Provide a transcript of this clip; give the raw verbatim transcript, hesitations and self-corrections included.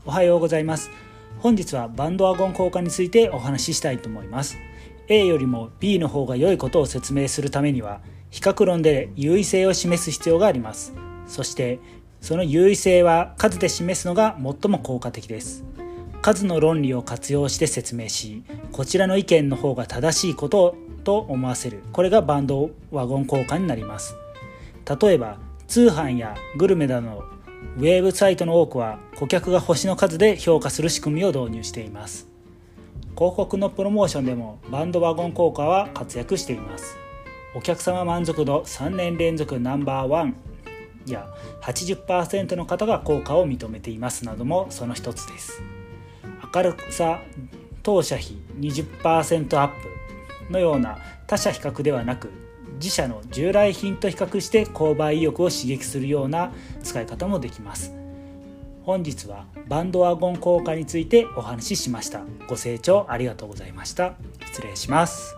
おはようございます。本日はバンドワゴン効果についてお話ししたいと思います。 A よりも B の方が良いことを説明するためには比較論で優位性を示す必要があります。そしてその優位性は数で示すのが最も効果的です。数の論理を活用して説明し、こちらの意見の方が正しいことと思わせる、これがバンドワゴン効果になります。例えば通販やグルメなどのウェブサイトの多くは顧客が星の数で評価する仕組みを導入しています。広告のプロモーションでもバンドワゴン効果は活躍しています。お客様満足度さんねん連続ナンバーワンや はちじゅっパーセント の方が効果を認めていますなどもその一つです。明るさ当社比 にじゅっパーセント アップのような他社比較ではなく、自社の従来品と比較して購買意欲を刺激するような使い方もできます。本日はバンドワゴン効果についてお話ししました。ご清聴ありがとうございました。失礼します。